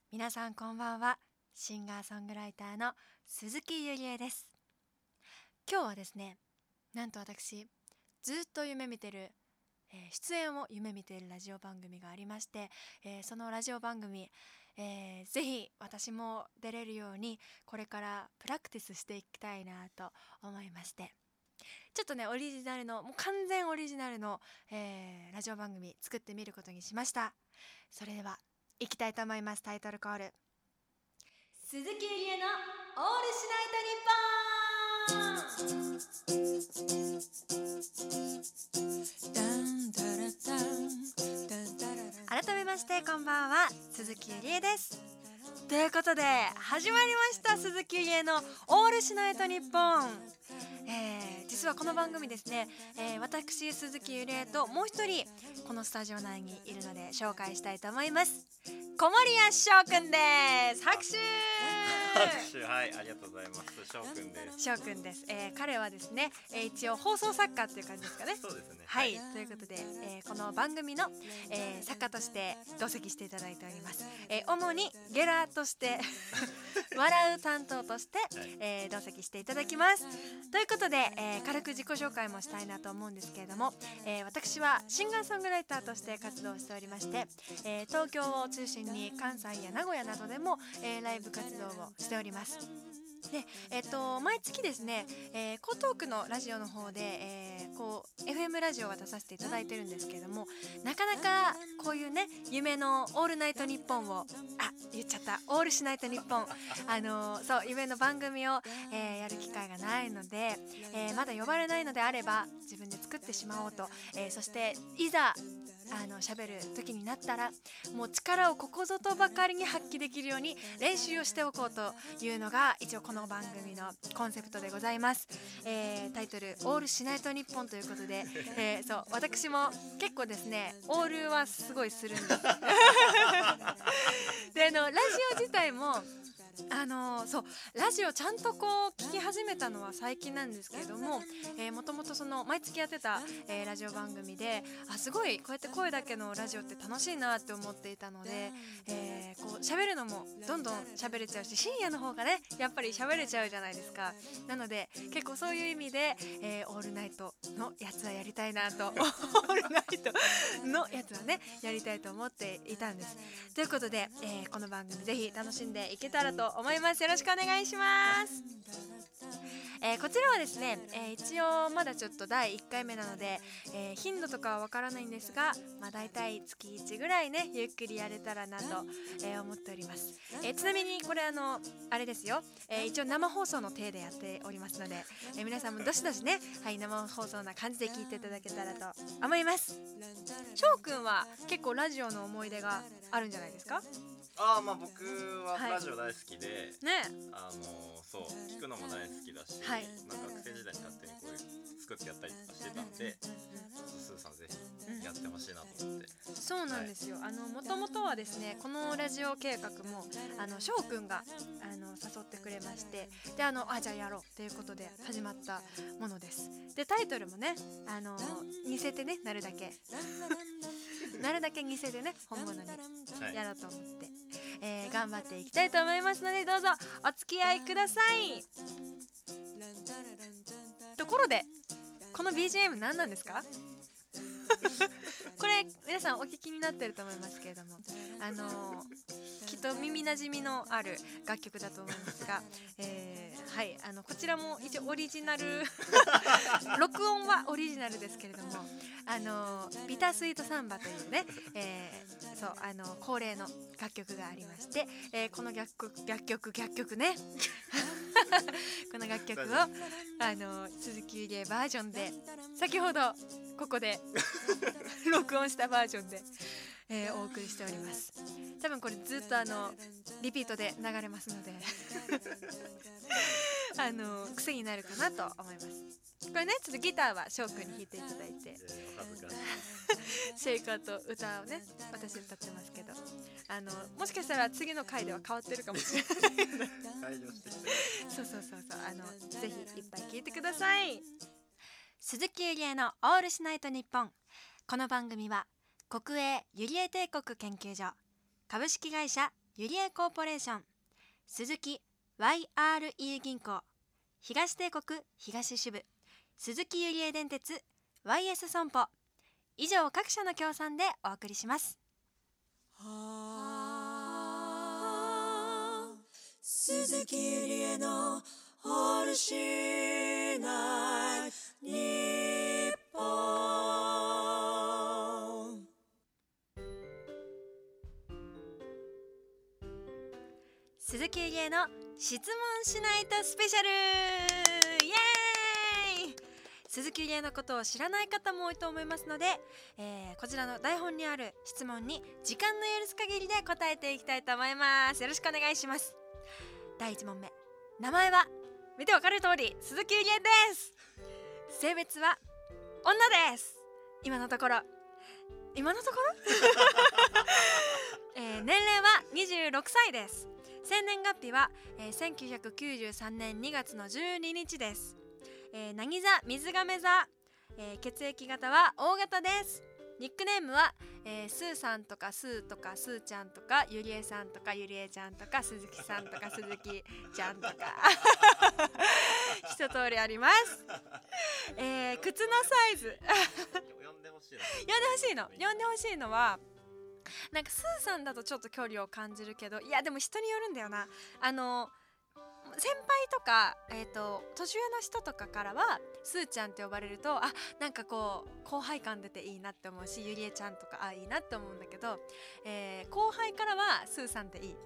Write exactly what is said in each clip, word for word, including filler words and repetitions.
皆さんこんばんは。シンガーソングライターの鈴木ゆりえです。今日はですね、なんと私ずっと夢見てる、えー出演を夢見ているラジオ番組がありまして、えーそのラジオ番組、えーぜひ私も出れるようにこれからプラクティスしていきたいなと思いまして、ちょっとねオリジナルのもう完全オリジナルの、えーラジオ番組作ってみることにしました。それでは行きたいと思います。タイトルコール、鈴木ゆりえのオールしないと日本。改めましてこんばんは、鈴木ゆりえです。ということで始まりました、鈴木ゆりえのオールしないと日本。えー、実はこの番組ですね、えー、私鈴木ゆりえともう一人このスタジオ内にいるので紹介したいと思います。小森屋翔くんです。拍手拍手、はい、ありがとうございます。翔くんです。 翔くんです。えー、彼はですね、えー、一応放送作家っていう感じですかね。 そうですね。 はい、はい、ということで、えー、この番組の、えー、作家として同席していただいております。えー、主にゲラとして笑う担当として、はい、えー、同席していただきます。ということで、えー、軽く自己紹介もしたいなと思うんですけれども、えー、私はシンガーソングライターとして活動しておりまして、えー、東京を中心に関西や名古屋などでも、えー、ライブ活動をしております。で、えー、と毎月ですね、えー、江東区のラジオの方で、えー、こう エフエム ラジオを出させていただいてるんですけれども、なかなかこういうね夢のオールナイトニッポンをあ言っちゃったオールしないとニッポンあのー、そう夢の番組を、えー、やる機会がないので、えー、まだ呼ばれないのであれば自分で作ってしまおうと、えー、そしていざあの喋る時になったらもう力をここぞとばかりに発揮できるように練習をしておこうというのが一応この番組のコンセプトでございます。えー、タイトルオールしないと日本ということで、えー、そう私も結構ですねオールはすごいするんですであのラジオ自体もあのー、そうラジオちゃんとこう聞き始めたのは最近なんですけれども、えー、もともとその毎月やってた、えー、ラジオ番組であすごいこうやって声だけのラジオって楽しいなって思っていたので、えー、こう喋るのもどんどん喋れちゃうし深夜の方がねやっぱり喋れちゃうじゃないですか。なので結構そういう意味で、えー、オールナイトのやつはやりたいなとオールナイトのやつはねやりたいと思っていたんです。ということで、えー、この番組ぜひ楽しんでいけたらと思います。よろしくお願いします。えー、こちらはですね、えー、一応まだちょっとだいいっかいめなので、えー、頻度とかはわからないんですが、まあ、だいたいつきいちぐらいねゆっくりやれたらなと、えー、思っております。えー、ちなみにこれあのあれですよ、えー、一応生放送の体でやっておりますので、えー、皆さんもどしどしね、はい、生放送な感じで聞いていただけたらと思います。翔くんは結構ラジオの思い出があるんじゃないですか？ ああ、まあ僕はラジオ大好きで、はい、 ね、 あのそう聞くのも大好きだし、はい、まあ、学生時代に勝手にこういう作ってやったりとかしてたんで、スーさんぜひやってほしいなと思って、うん、 そうなんですよ。はい、あの元々はですねこのラジオ計画もあの翔くんがあの誘ってくれまして、であのあじゃあやろうということで始まったものです。でタイトルもねあの似せてねなるだけなるだけ似せてね本物にやろうと思って、はい、えー、頑張っていきたいと思いますのでどうぞお付き合いください。ところでこの ビージーエム 何なんですか？これ皆さんお聞きになってると思いますけれども、あのー、きっと耳なじみのある楽曲だと思いますが、えー、はいあのこちらも一応オリジナル録音はオリジナルですけれども、あのー、ビタースイートサンバというね、えー、そうあの恒例の楽曲がありまして、えー、この楽曲楽曲楽曲ねこの楽曲をあの鈴木ゆりえバージョンで先ほどここで録音したバージョンで、えー、お送りしております。多分これずっとあのリピートで流れますのであの癖になるかなと思います。これねちょっとギターは翔くんに弾いていただいてシェイカーと歌をね私歌ってますけど、あのもしかしたら次の回では変わってるかもしれないそうそうそうそう、あのぜひいっぱい聴いてください。鈴木ゆりえのオールしないと日本。この番組は国営ゆりえ帝国研究所、株式会社ユリエコーポレーション、鈴木 ワイアールイー 銀行、東帝国東支部、鈴木ユリエ電鉄、 ワイエス 損保、以上各社の協賛でお送りします。鈴木ゆりえのオールシーナイ日本。鈴木ゆりえの質問しないとスペシャル、イエーイ。鈴木ゆりえのことを知らない方も多いと思いますので、えー、こちらの台本にある質問に時間の許す限りで答えていきたいと思います。よろしくお願いします。だいいち問目、名前は見てわかる通り鈴木ゆりえです。性別は女です。今のところ今のところ、えー、年齢はにじゅうろくさいです。生年月日は、えー、せんきゅうひゃくきゅうじゅうさんねんにがつのじゅうににちです。えー、なぎ座水亀座、えー、血液型は O 型です。ニックネームは、えー、スーさんとかスーとかスーちゃんとかゆりえさんとかゆりえちゃんとか鈴木さんとか鈴木ちゃんとか一通りあります。えー、靴のサイズ呼んでほしいの呼んでほしいの呼んでほしいのはなんかスーさんだとちょっと距離を感じるけど、いやでも人によるんだよな。あの先輩とか、えーと、年上の人とかからはスーちゃんって呼ばれると、あ、なんかこう後輩感出ていいなって思うし、ゆりえちゃんとかあいいなって思うんだけど、えー、後輩からはスーさんっていい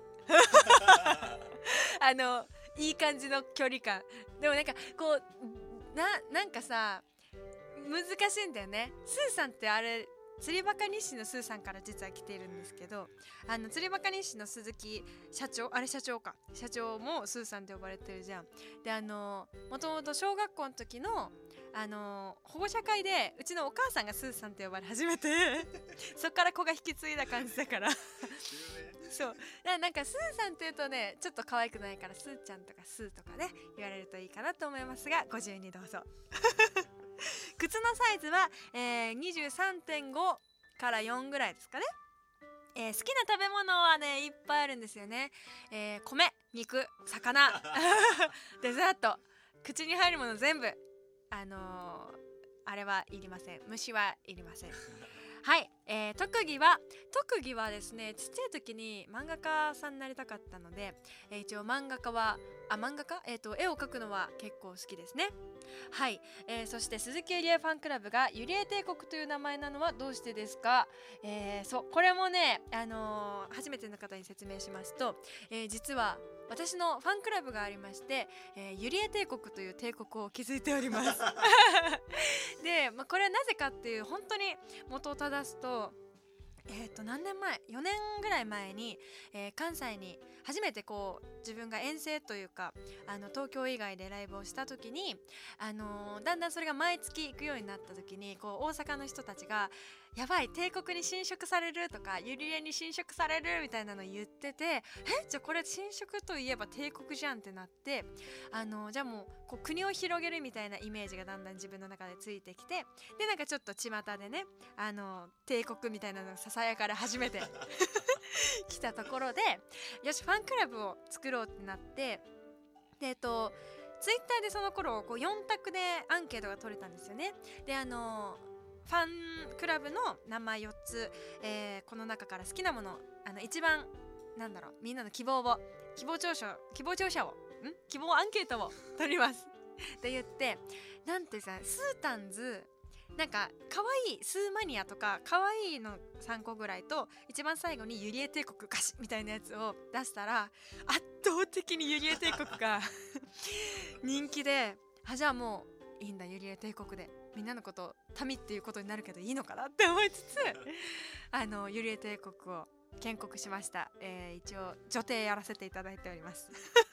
あのいい感じの距離感でもなんかこうな、なんかさ難しいんだよね。スーさんってあれ釣りバカ日誌のスーさんから実は来ているんですけど、あの釣りバカ日誌の鈴木社長、あれ社長か社長もスーさんって呼ばれてるじゃん。で、あのもともと小学校の時のあの保護者会でうちのお母さんがスーさんって呼ばれ始めてそっから子が引き継いだ感じだからそうな、なんかスーさんって言うとねちょっと可愛くないから、スーちゃんとかスーとかね言われるといいかなと思いますが、ご自由にどうぞ靴のサイズは、えー、にじゅうさんてんごからよんぐらいですかね。えー、好きな食べ物はねいっぱいあるんですよね。えー、米、肉、魚デザート、口に入るもの全部あのー、あれはいりません。虫はいりませんはい、えー、特技は特技はですね、ちっちゃい時に漫画家さんになりたかったので、えー、一応漫画家はあ漫画家、えーと、絵を描くのは結構好きですね。はい、えー、そして鈴木ゆりえファンクラブがゆりえ帝国という名前なのはどうしてですか。えー、そうこれもね、あのー、初めての方に説明しますと、えー、実は私のファンクラブがありまして、えー、ゆりえ帝国という帝国を築いておりますで、まあ、これはなぜかっていう本当に元を正すと、えー、と何年前よねんぐらい前に、えー、関西に初めてこう自分が遠征というかあの東京以外でライブをした時に、あのー、だんだんそれが毎月行くようになった時にこう大阪の人たちがやばい帝国に侵食されるとかゆりえに侵食されるみたいなの言ってて、えじゃあこれ侵食といえば帝国じゃんってなって、あのー、じゃあもう、こう国を広げるみたいなイメージがだんだん自分の中でついてきて、でなんかちょっと巷でね、あのー、帝国みたいなのがささやかれ始めて来たところで、よしファンクラブを作ろうってなって、でえっとツイッターでその頃こうよん択でアンケートが取れたんですよね。であのーファンクラブの名前よっつ、えー、この中から好きなもの、あの一番なんだろうみんなの希望を希望聴取希望聴者をん希望アンケートを取りますって言って、なんてさスータンズなんか可愛いスーマニアとか可愛いのさんこぐらいと一番最後にゆりえ帝国歌詞みたいなやつを出したら圧倒的にゆりえ帝国が人気で、あじゃあもういいんだゆりえ帝国でみんなのこと民っていうことになるけどいいのかなって思いつつあのゆりえ帝国を建国しました。えー、一応女帝やらせていただいております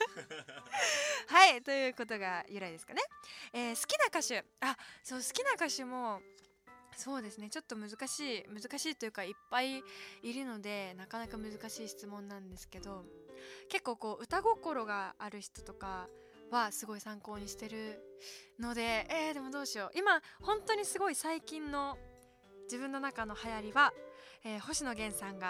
はいということが由来ですかね。えー、好きな歌手、あそう好きな歌手もそうですね、ちょっと難しい難しいというかいっぱいいるのでなかなか難しい質問なんですけど、結構こう歌心がある人とかはすごい参考にしてるので、えー、でもどうしよう、今本当にすごい最近の自分の中の流行りは、えー、星野源さんが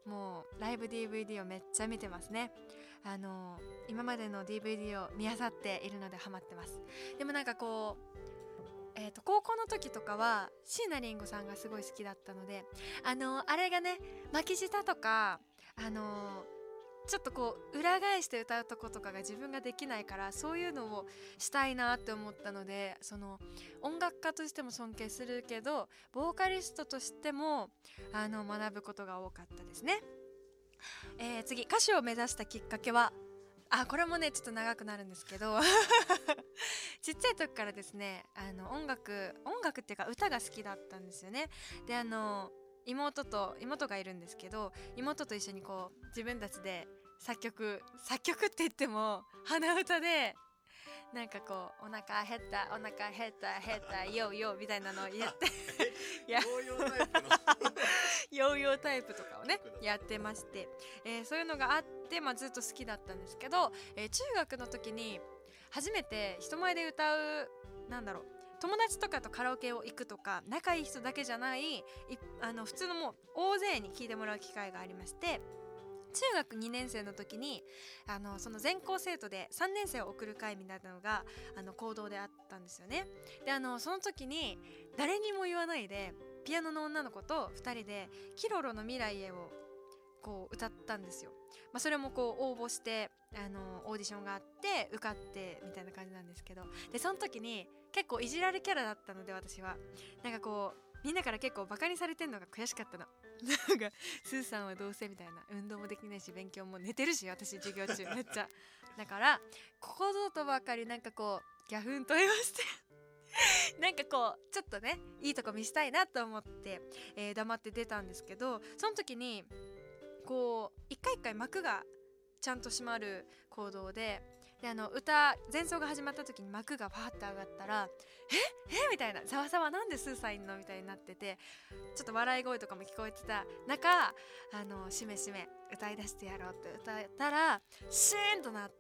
もうライブ ディーブイディー をめっちゃ見てますね。あの今までの ディーブイディー を見漁っているのでハマってます。でもなんかこうえー、と高校の時とかは椎名林檎さんがすごい好きだったので、あのー、あれがね巻き舌とか、あのー、ちょっとこう裏返して歌うとことかが自分ができないから、そういうのをしたいなって思ったので、その音楽家としても尊敬するけどボーカリストとしてもあの学ぶことが多かったですね。えー、次、歌手を目指したきっかけは、あ、これもねちょっと長くなるんですけどちっちゃい時からですね、あの音楽音楽っていうか歌が好きだったんですよね。で、あの妹と妹がいるんですけど、妹と一緒にこう自分たちで作曲作曲って言っても鼻歌でなんかこうお腹減ったお腹減った減ったヨーヨーみたいなのをやってヨーヨータイプのヨーヨータイプとかをねやってまして、えー、そういうのがあって、まあ、ずっと好きだったんですけど、えー、中学の時に初めて人前で歌う、なんだろう、友達とかとカラオケを行くとか仲いい人だけじゃない、いあの普通のもう大勢に聴いてもらう機会がありまして、中学にねん生の時にあのその全校生徒でさんねん生を送る会みたいなのがあの行動であったんですよね。で、あのその時に誰にも言わないでピアノの女の子とふたりでキロロの未来へをこう歌ったんですよ。まあ、それもこう応募してあのオーディションがあって受かってみたいな感じなんですけど、でその時に結構いじられキャラだったので、私はなんかこうみんなから結構バカにされてんのが悔しかったの。なんかスーさんはどうせみたいな、運動もできないし勉強も寝てるし私授業中めっちゃだからここぞとばかりなんかこうギャフンと言わしてなんかこうちょっとねいいとこ見したいなと思って、えー、黙って出たんですけど、その時にこう一回一回幕がちゃんと閉まる行動で、であの歌前奏が始まった時に幕がパーッて上がったらええみたいな、ざわざわなんでスーさんいんのみたいになってて、ちょっと笑い声とかも聞こえてた中、あのしめしめ歌い出してやろうって歌ったらシーンとなって、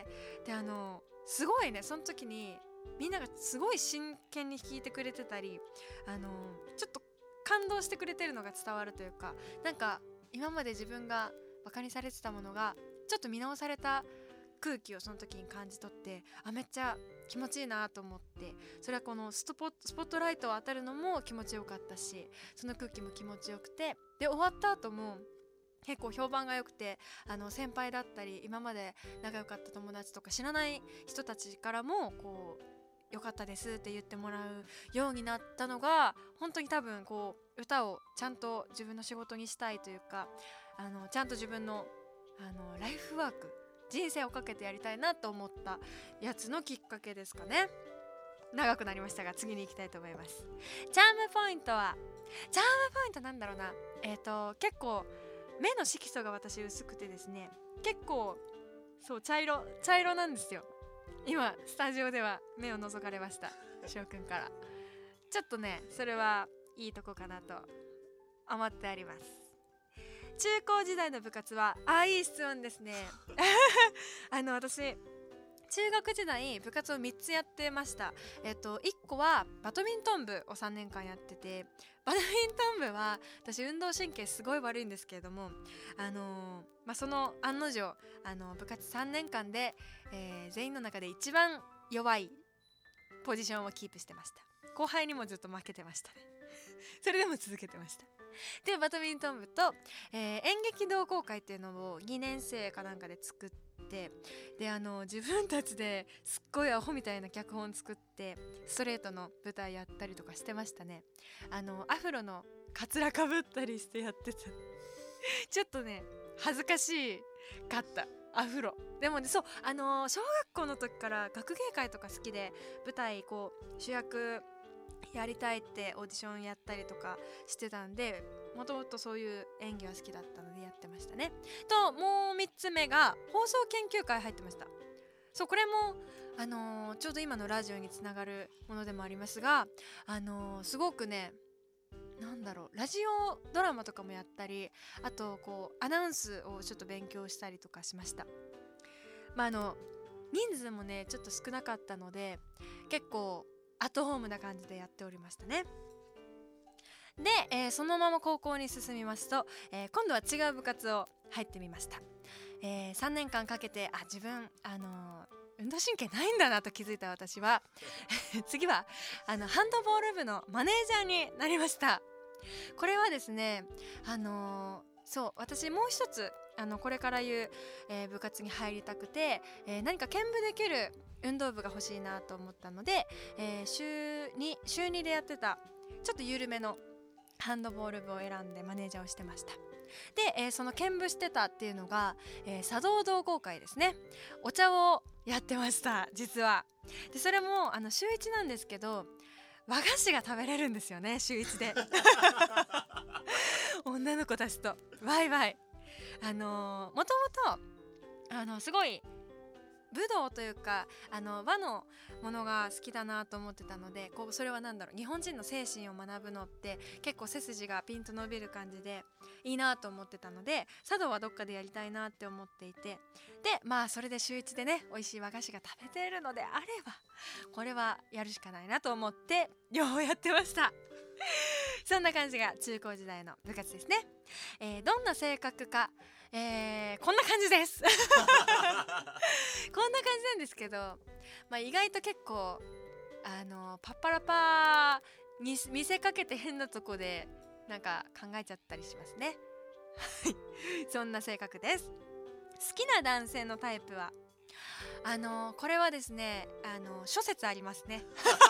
であのすごいね、その時にみんながすごい真剣に弾いてくれてたり、あのちょっと感動してくれてるのが伝わるというか、なんか今まで自分がバカにされてたものがちょっと見直された空気をその時に感じ取って、あ、めっちゃ気持ちいいなと思って、それはこのスポット、スポットライトを当たるのも気持ちよかったし、その空気も気持ちよくて、で終わった後も結構評判が良くて、あの先輩だったり今まで仲良かった友達とか知らない人たちからもこう良かったですって言ってもらうようになったのが、本当に多分こう歌をちゃんと自分の仕事にしたいというか、あのちゃんと自分のあのライフワーク、人生をかけてやりたいなと思ったやつのきっかけですかね。長くなりましたが次に行きたいと思います。チャームポイントは、チャームポイントなんだろうな、えっと結構目の色素が私薄くてですね、結構そう茶色茶色なんですよ。今スタジオでは目を覗かれました翔くんから。ちょっとねそれはいいとこかなと思ってあります。中高時代の部活は、あ、いい質問ですねあの私中学時代部活をみっつやってました。えっといっこはバドミントン部をさんねんかんやってて、バドミントン部は私運動神経すごい悪いんですけれども、あのーまあ、その案の定あの部活さんねんかんで、えー、全員の中で一番弱いポジションをキープしてました。後輩にもずっと負けてましたねそれでも続けてました。でバドミントン部と、えー、演劇同好会っていうのをにねん生かなんかで作って、であの自分たちですっごいアホみたいな脚本作ってストレートの舞台やったりとかしてましたね。あのアフロのカツラかぶったりしてやってたちょっとね恥ずかしかったアフロでもね、そうあのー、小学校の時から学芸会とか好きで、舞台こう主役やりたいってオーディションやったりとかしてたんで、もともとそういう演技は好きだったのでやってましたね。ともうみっつめが放送研究会入ってました。そうこれもあのー、ちょうど今のラジオにつながるものでもありますが、あのー、すごくね、なんだろう、ラジオドラマとかもやったり、あとこうアナウンスをちょっと勉強したりとかしました。まああの人数もねちょっと少なかったので結構アットホームな感じでやっておりましたね。 で、えー、そのまま高校に進みますと、えー、今度は違う部活を入ってみました。えー、さんねんかんかけてあ自分、あのー、運動神経ないんだなと気づいた私は次はあのハンドボール部のマネージャーになりました。これはですね、あのー、そう私もう一つあのこれから言う、えー、部活に入りたくて、えー、何か兼部できる運動部が欲しいなと思ったので、えー、週に週にでやってたちょっと緩めのハンドボール部を選んでマネージャーをしてました。で、えー、その兼部してたっていうのが、えー、茶道同好会ですね。お茶をやってました実は。でそれもあの週いちなんですけど和菓子が食べれるんですよね、週いちで女の子たちとワイワイ、あのー、もともとあのすごい武道というかあの和のものが好きだなと思ってたので、こうそれはなんだろう、日本人の精神を学ぶのって結構背筋がピンと伸びる感じでいいなと思ってたので、茶道はどっかでやりたいなって思っていて、でまあそれで週いちでね美味しい和菓子が食べているのであればこれはやるしかないなと思って両方やってましたそんな感じが中高時代の部活ですね。えー、どんな性格か、えー、こんな感じですこんな感じなんですけど、まあ、意外と結構あのパッパラパーに見せかけて変なとこでなんか考えちゃったりしますねそんな性格です。好きな男性のタイプはあのこれはですね、あの諸説ありますね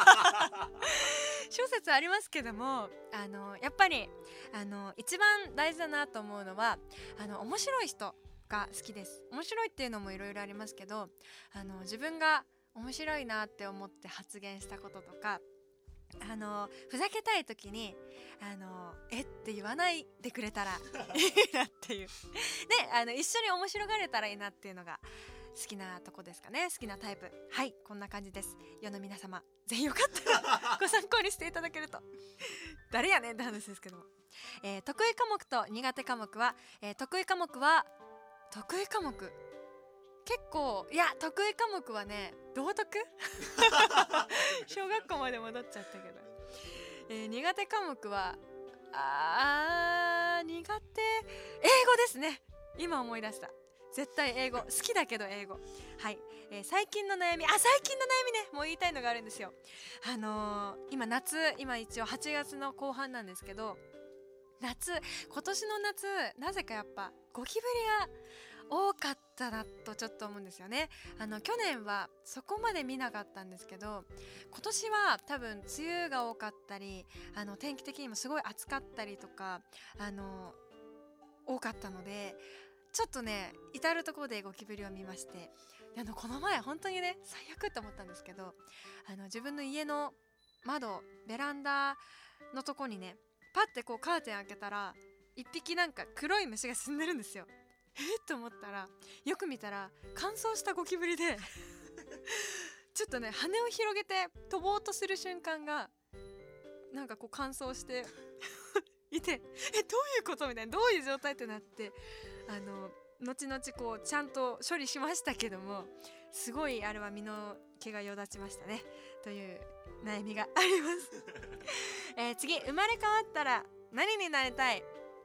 諸説ありますけども、あのやっぱりあの一番大事だなと思うのはあの面白い人が好きです。面白いっていうのもいろいろありますけど、あの自分が面白いなって思って発言したこととか、あのふざけたい時にあのえって言わないでくれたらいいなっていうで、あの一緒に面白がれたらいいなっていうのが好きなとこですかね。好きなタイプ、はいこんな感じです。世の皆様ぜひよかったらご参考にしていただけると誰やねんって話ですけども、えー、得意科目と苦手科目は、えー、得意科目は得意科目結構いや得意科目はね道徳小学校まで戻っちゃったけど、えー、苦手科目はあー苦手英語ですね。今思い出した。絶対英語好きだけど英語、はい、えー、最近の悩みあ最近の悩みねもう言いたいのがあるんですよ。あのー、今夏今一応はちがつの後半なんですけど、夏今年の夏なぜかやっぱゴキブリが多かったなとちょっと思うんですよね。あの去年はそこまで見なかったんですけど、今年は多分梅雨が多かったりあの天気的にもすごい暑かったりとかあの多かったので、ちょっとね至る所でゴキブリを見まして、であのこの前本当にね最悪って思ったんですけど、あの自分の家の窓ベランダのとこにねパッてこうカーテン開けたら一匹なんか黒い虫が住んでるんですよ。えっと思ったらよく見たら乾燥したゴキブリでちょっとね羽を広げて飛ぼうとする瞬間がなんかこう乾燥していて、えどういうことみたいな、どういう状態ってなって、あの後々こうちゃんと処理しましたけども、すごいあれは身の毛がよだちましたねという悩みがありますえー、次、生まれ変わったら何になりたい。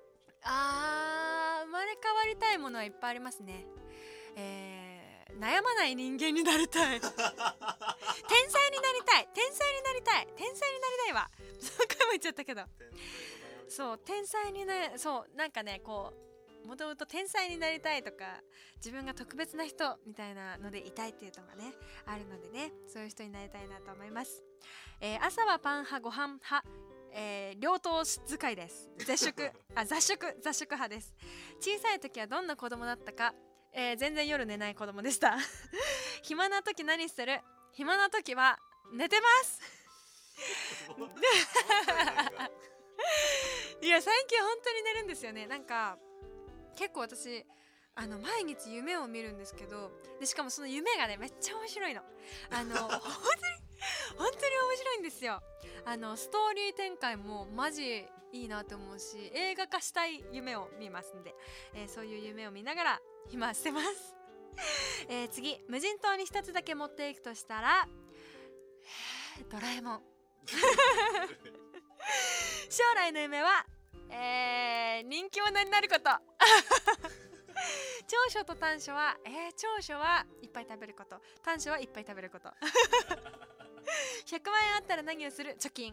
あー生まれ変わりたいものはいっぱいありますね。えー、悩まない人間になりたい天才になりたい天才になりたい天才になりたいわ何回も言っちゃったけど、そう天才になそうなんかねこうもともと天才になりたいとか自分が特別な人みたいなのでいたいっていうのがねあるのでね、そういう人になりたいなと思います。えー、朝はパン派ご飯派、えー、両党使いです。絶食あ雑食雑食派です。小さい時はどんな子供だったか、えー、全然夜寝ない子供でした暇な時何する。暇な時は寝てますいや最近本当に寝るんですよね。なんか結構私あの毎日夢を見るんですけど、でしかもその夢がねめっちゃ面白いの。あの本当に本当に面白いんですよ。あのストーリー展開もマジいいなと思うし、映画化したい夢を見ますんで、えー、そういう夢を見ながら暇してますえー、次、無人島に一つだけ持っていくとしたらドラえもん将来の夢は、えー、人気者になること長所と短所は、えー、長所はいっぱい食べること、短所はいっぱい食べることひゃくまんえんあったら何をする？貯金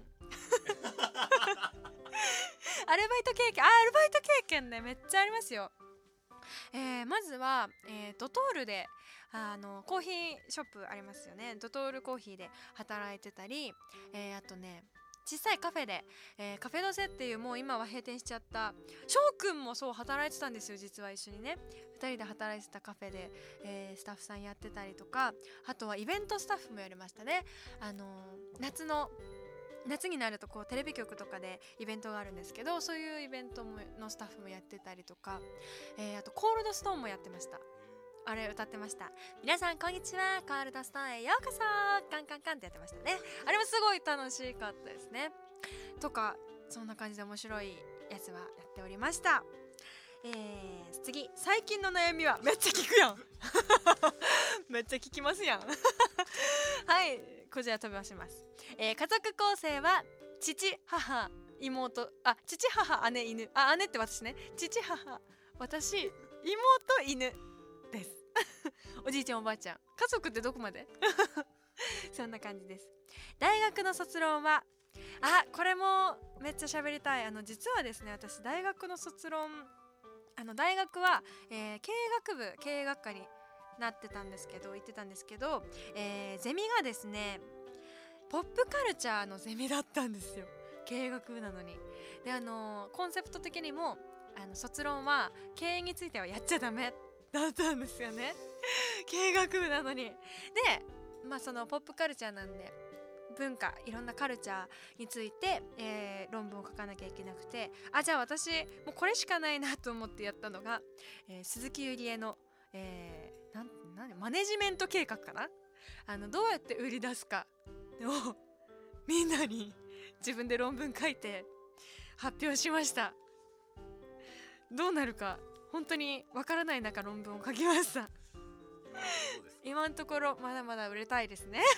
アルバイト経験、あアルバイト経験ねめっちゃありますよ。えー、まずは、えー、ドトールであのコーヒーショップありますよね。ドトールコーヒーで働いてたり、えー、あとね小さいカフェで、えー、カフェドセっていうもう今は閉店しちゃった翔くんもそう働いてたんですよ。実は一緒にねふたりで働いてたカフェで、えー、スタッフさんやってたりとか、あとはイベントスタッフもやりましたね。あのー、夏の夏になるとこうテレビ局とかでイベントがあるんですけど、そういうイベントものスタッフもやってたりとか、えー、あとコールドストーンもやってました。あれ歌ってました。皆さんこんにちは、コールドストーンへようこそカンカンカンってやってましたね。あれもすごい楽しかったですね。とかそんな感じで面白いやつはやっておりました。えー、次、最近の悩みはめっちゃ聞くやんめっちゃ聞きますやんはいこちら飛び出します。えー、家族構成は父、母、妹、あ父、母、姉、犬、あ姉って私ね、父、母、私、妹、犬ですおじいちゃんおばあちゃん、家族ってどこまでそんな感じです。大学の卒論は、あこれもめっちゃ喋りたい。あの実はですね、私大学の卒論、あの大学は、えー、経営学部経営学科になってたんですけど言ってたんですけど、えー、ゼミがですねポップカルチャーのゼミだったんですよ。経営学部なのに。であのー、コンセプト的にもあの卒論は経営についてはやっちゃダメだったんですよね経営学部なのに。でまあそのポップカルチャーなんで文化、いろんなカルチャーについて、えー、論文を書かなきゃいけなくて、あじゃあ私もうこれしかないなと思ってやったのが、えー、鈴木ゆりえの、えー、なんなんマネジメント計画かな。あのどうやって売り出すかをみんなに自分で論文書いて発表しました。どうなるか本当にわからない中論文を書きました今のところまだまだ売れたいですね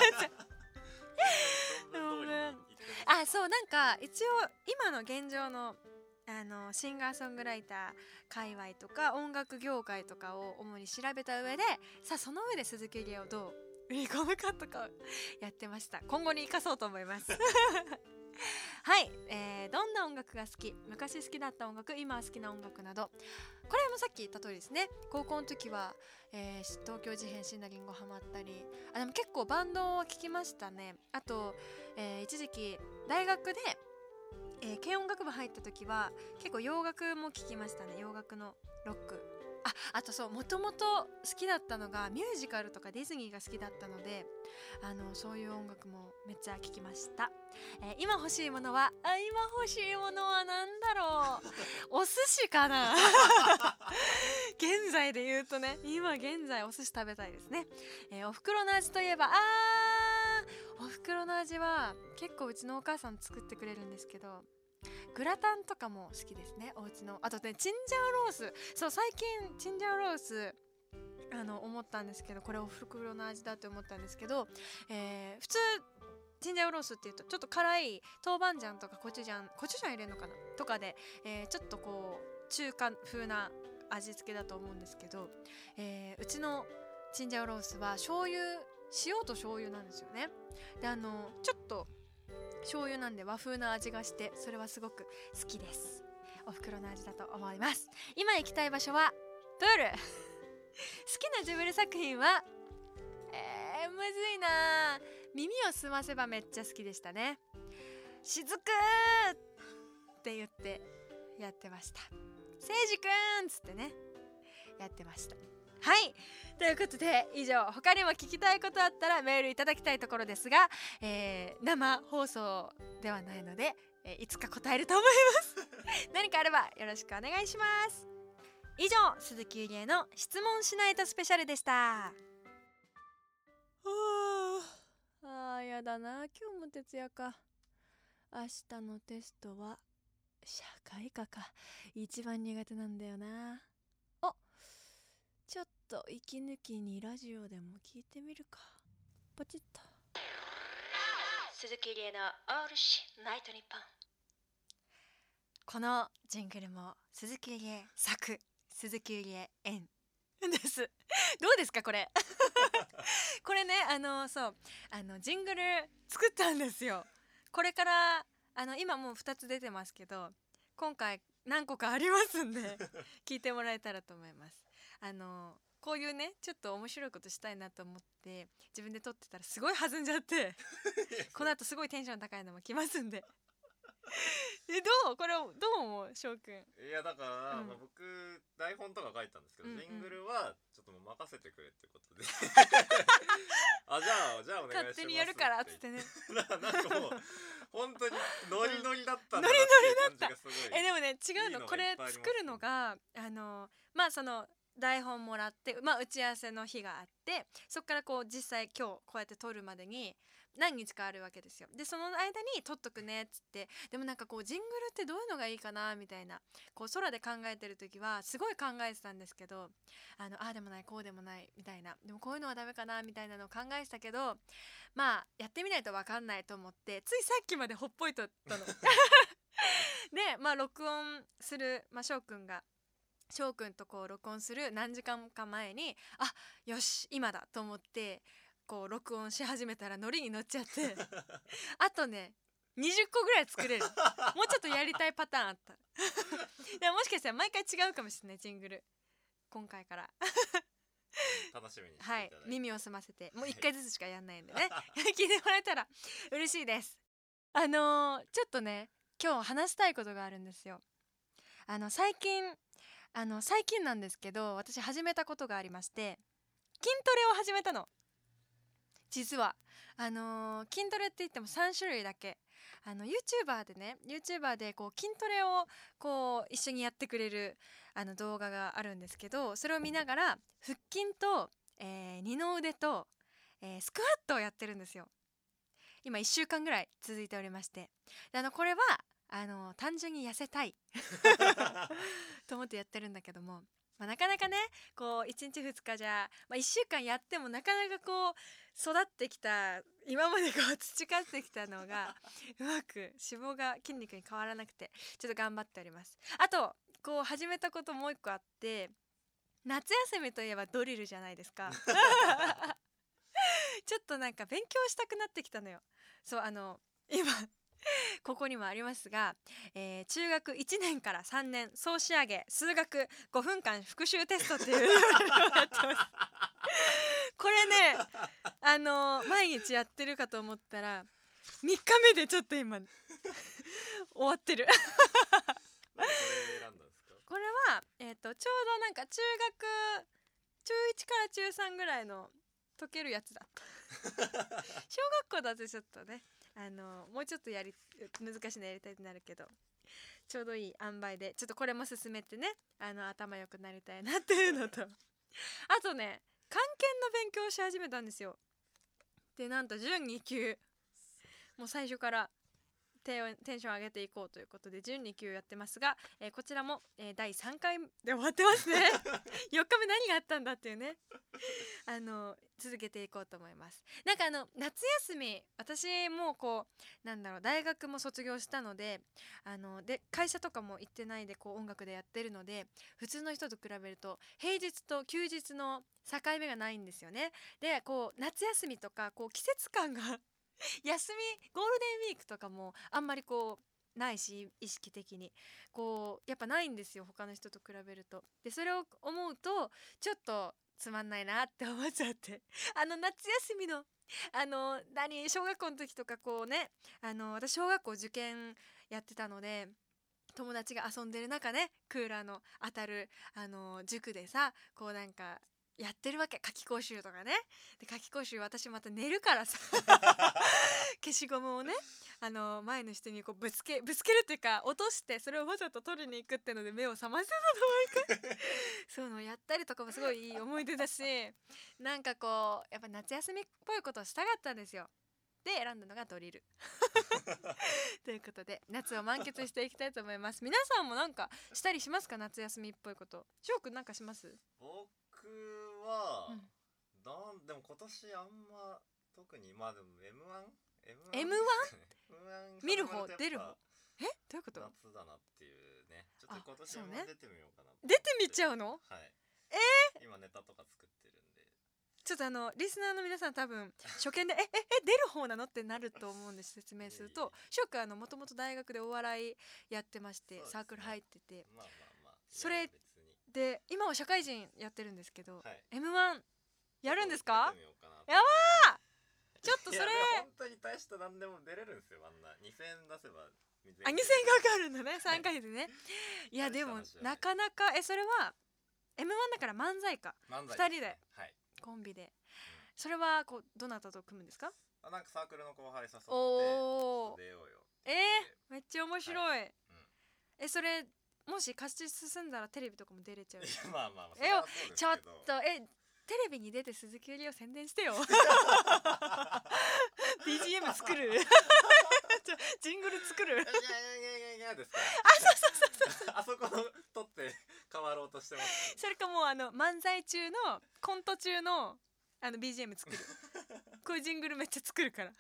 あそうなんか一応今の現状のあのシンガーソングライター界隈とか音楽業界とかを主に調べた上で、さあその上で鈴木ゆりえをどう売り込むかとかやってました。今後に生かそうと思いますはい、えー、どんな音楽が好き、昔好きだった音楽、今は好きな音楽など、これもさっき言った通りですね。高校の時は、えー、東京事変椎名林檎ハマったり、あでも結構バンドは聴きましたね。あと、えー、一時期大学で、えー、軽音楽部入った時は結構洋楽も聴きましたね。洋楽のロック、ああとそうもともと好きだったのがミュージカルとかディズニーが好きだったので、あのそういう音楽もめっちゃ聴きました。えー、今欲しいものはあ今欲しいものはなんだろうお寿司かな現在で言うとね、今現在お寿司食べたいですね。えー、お袋の味といえばあーお袋の味は結構うちのお母さん作ってくれるんですけど、グラタンとかも好きですね、お家の。あとねチンジャオロース、そう最近チンジャオロースあの思ったんですけど、これお袋の味だって思ったんですけど、えー、普通チンジャオロースっていうとちょっと辛い豆板醤とかコチュジャンコチュジャン入れるのかなとかで、えー、ちょっとこう中華風な味付けだと思うんですけど、えー、うちのチンジャオロースは醤油塩と醤油なんですよね。であのちょっと醤油なんで和風な味がして、それはすごく好きです。お袋の味だと思います。今行きたい場所はプール好きなジブリ作品はえー、むずいな。耳をすませばめっちゃ好きでしたね。しずくーって言ってやってました。せいじくんつってねやってました。はいということで以上、他にも聞きたいことあったらメールいただきたいところですが、えー、生放送ではないので、えー、いつか答えると思います何かあればよろしくお願いします。以上、鈴木ゆりえの質問しないとスペシャルでした。あーやだな、今日も徹夜か。明日のテストは社会科か。一番苦手なんだよな。あちょっと息抜きにラジオでも聞いてみるか。ポチッと。 鈴木理恵のオールシナイトニッポン。このジングルも鈴木理恵作、鈴木理恵演ですどうですかこれこれね、あのそうあのジングル作ったんですよ。これからあの今もうふたつ出てますけど、今回何個かありますんで聞いてもらえたらと思います。あのこういうねちょっと面白いことしたいなと思って自分で撮ってたらすごい弾んじゃってこの後すごいテンション高いのも来ますんでえどうこれどう思う翔くん。 いやだから、 うんまあ、僕台本とか書いたんですけど、 うんうん、 ジングルはちょっともう任せてくれってことであじゃあじゃあお願いします勝手にやるからっつってねななんかもう本当にノリノリだったんだなっていう感じがすごいえでもね違うの、 いいのがこれいっぱいあります作るのがあのまあその台本もらって、まあ、打ち合わせの日があってそこからこう実際今日こうやって撮るまでに何日かあるわけですよ。でその間に撮っとくねっつって、でもなんかこうジングルってどういうのがいいかなみたいなこう空で考えてる時はすごい考えてたんですけど、あのああでもないこうでもないみたいな、でもこういうのはダメかなみたいなのを考えてたけど、まあやってみないと分かんないと思ってついさっきまでほっぽいとったのでまあ録音する、まあ、翔くんが翔くんとこう録音する何時間か前にあよし今だと思ってこう録音し始めたらノリに乗っちゃってあとねにじゅっこぐらい作れるもうちょっとやりたいパターンあったでももしかしたら毎回違うかもしれないジングル今回から楽しみにしていたはいだいて、 耳を澄ませてもういっかいずつしかやんないんでね聞いてもらえたら嬉しいです。あのー、ちょっとね今日話したいことがあるんですよ。あの最近あの最近なんですけど私始めたことがありまして、筋トレを始めたの。実はあのー筋トレって言ってもさんしゅるいだけ、あの YouTuber でね YouTuber でこう筋トレをこう一緒にやってくれるあの動画があるんですけど、それを見ながら腹筋と、えー二の腕と、えースクワットをやってるんですよ。今いっしゅうかんぐらい続いておりまして、であのこれはあの単純に痩せたいと思ってやってるんだけども、まあ、なかなかねこういちにちふつかじゃ、まあ、いっしゅうかんやってもなかなかこう育ってきた今までこう培ってきたのがうまく脂肪が筋肉に変わらなくてちょっと頑張っております。あとこう始めたこともう一個あって、夏休みといえばドリルじゃないですかちょっとなんか勉強したくなってきたのよ。そうあの今ここにもありますが、えー、中学いちねんからさんねん総仕上げ数学ごふんかん復習テストっていうのをやってますこれねあのー、毎日やってるかと思ったらみっかめでちょっと今終わってるなんでこれ選んだんですか？ これは、えーと、ちょうどなんか中学ちゅういちからちゅうさんぐらいの解けるやつだった小学校だとちょっとねあのもうちょっとやり難しいのやりたいってなるけど、ちょうどいい塩梅でちょっとこれも進めてねあの頭良くなりたいなっていうのとあとね漢検の勉強をし始めたんですよ。でなんと準にきゅう、もう最初からテンテンション上げていこうということで準にきゅうやってますが、えーこちらも、えーだいさんかいで終わってますねよっかめ何があったんだっていうねあの続けていこうと思います。なんかあの夏休み私もこうなんだろう大学も卒業したのであので会社とかも行ってないでこう音楽でやってるので普通の人と比べると平日と休日の境目がないんですよね。でこう夏休みとかこう季節感が休みゴールデンウィークとかもあんまりこうないし意識的にこうやっぱないんですよ他の人と比べると。でそれを思うとちょっとつまんないなって思っちゃってあの夏休みのあの何小学校の時とかこうねあの私小学校受験やってたので友達が遊んでる中ねクーラーの当たるあの塾でさこうなんかやってるわけ夏期講習とかね。で夏期講習私また寝るからさ消しゴムをねあの前の人にこうぶつけぶつけるっていうか落としてそれをわざと取りに行くってので目を覚ませたと毎回そういうのをやったりとかもすごいいい思い出だしなんかこうやっぱ夏休みっぽいことをしたかったんですよ。で選んだのがドリルということで夏を満喫していきたいと思います。皆さんもなんかしたりしますか？夏休みっぽいこと。翔くんなんかします？ 僕は、 うんなんでも今年あんま特にまあでも エムワンエムワン 見る方出る方えどういうこと？ 夏だなっていうね。ちょっと今年も出てみようかな。 出てみちゃうの？ はい。 えー、今ネタとか作ってるんで。 ちょっとあのリスナーの皆さん多分初見でえええ出る方なのってなると思うんです。説明するとショックあのもともと大学でお笑いやってまして、ね、サークル入ってて、まあまあまあ、それで今は社会人やってるんですけど、はい、エムワン やるんですか？やばーちょっとそれ本当に大した何でも出れるんですよ。あんなにせんえん出せばあにせんえんかかるんだねさんかげつでねいやでもなかなかえそれは エムワン だから漫才かふたりで、はい、コンビで、うん、それはこうどなたと組むんですか？ あなんかサークルの後輩誘ってお出ようよえー、めっちゃ面白い、はいうん、えそれもし勝ち進んだらテレビとかも出れちゃうまあまあまあえちょっとえテレビに出て鈴木ゆりを宣伝してよビージーエム 作るジングル作るいやいやいやいやですからあそうそうそうそうあそこの撮って変わろうとしてます、 ね、それかもうあの漫才中のコント中のあの ビージーエム 作るこういうジングルめっちゃ作るから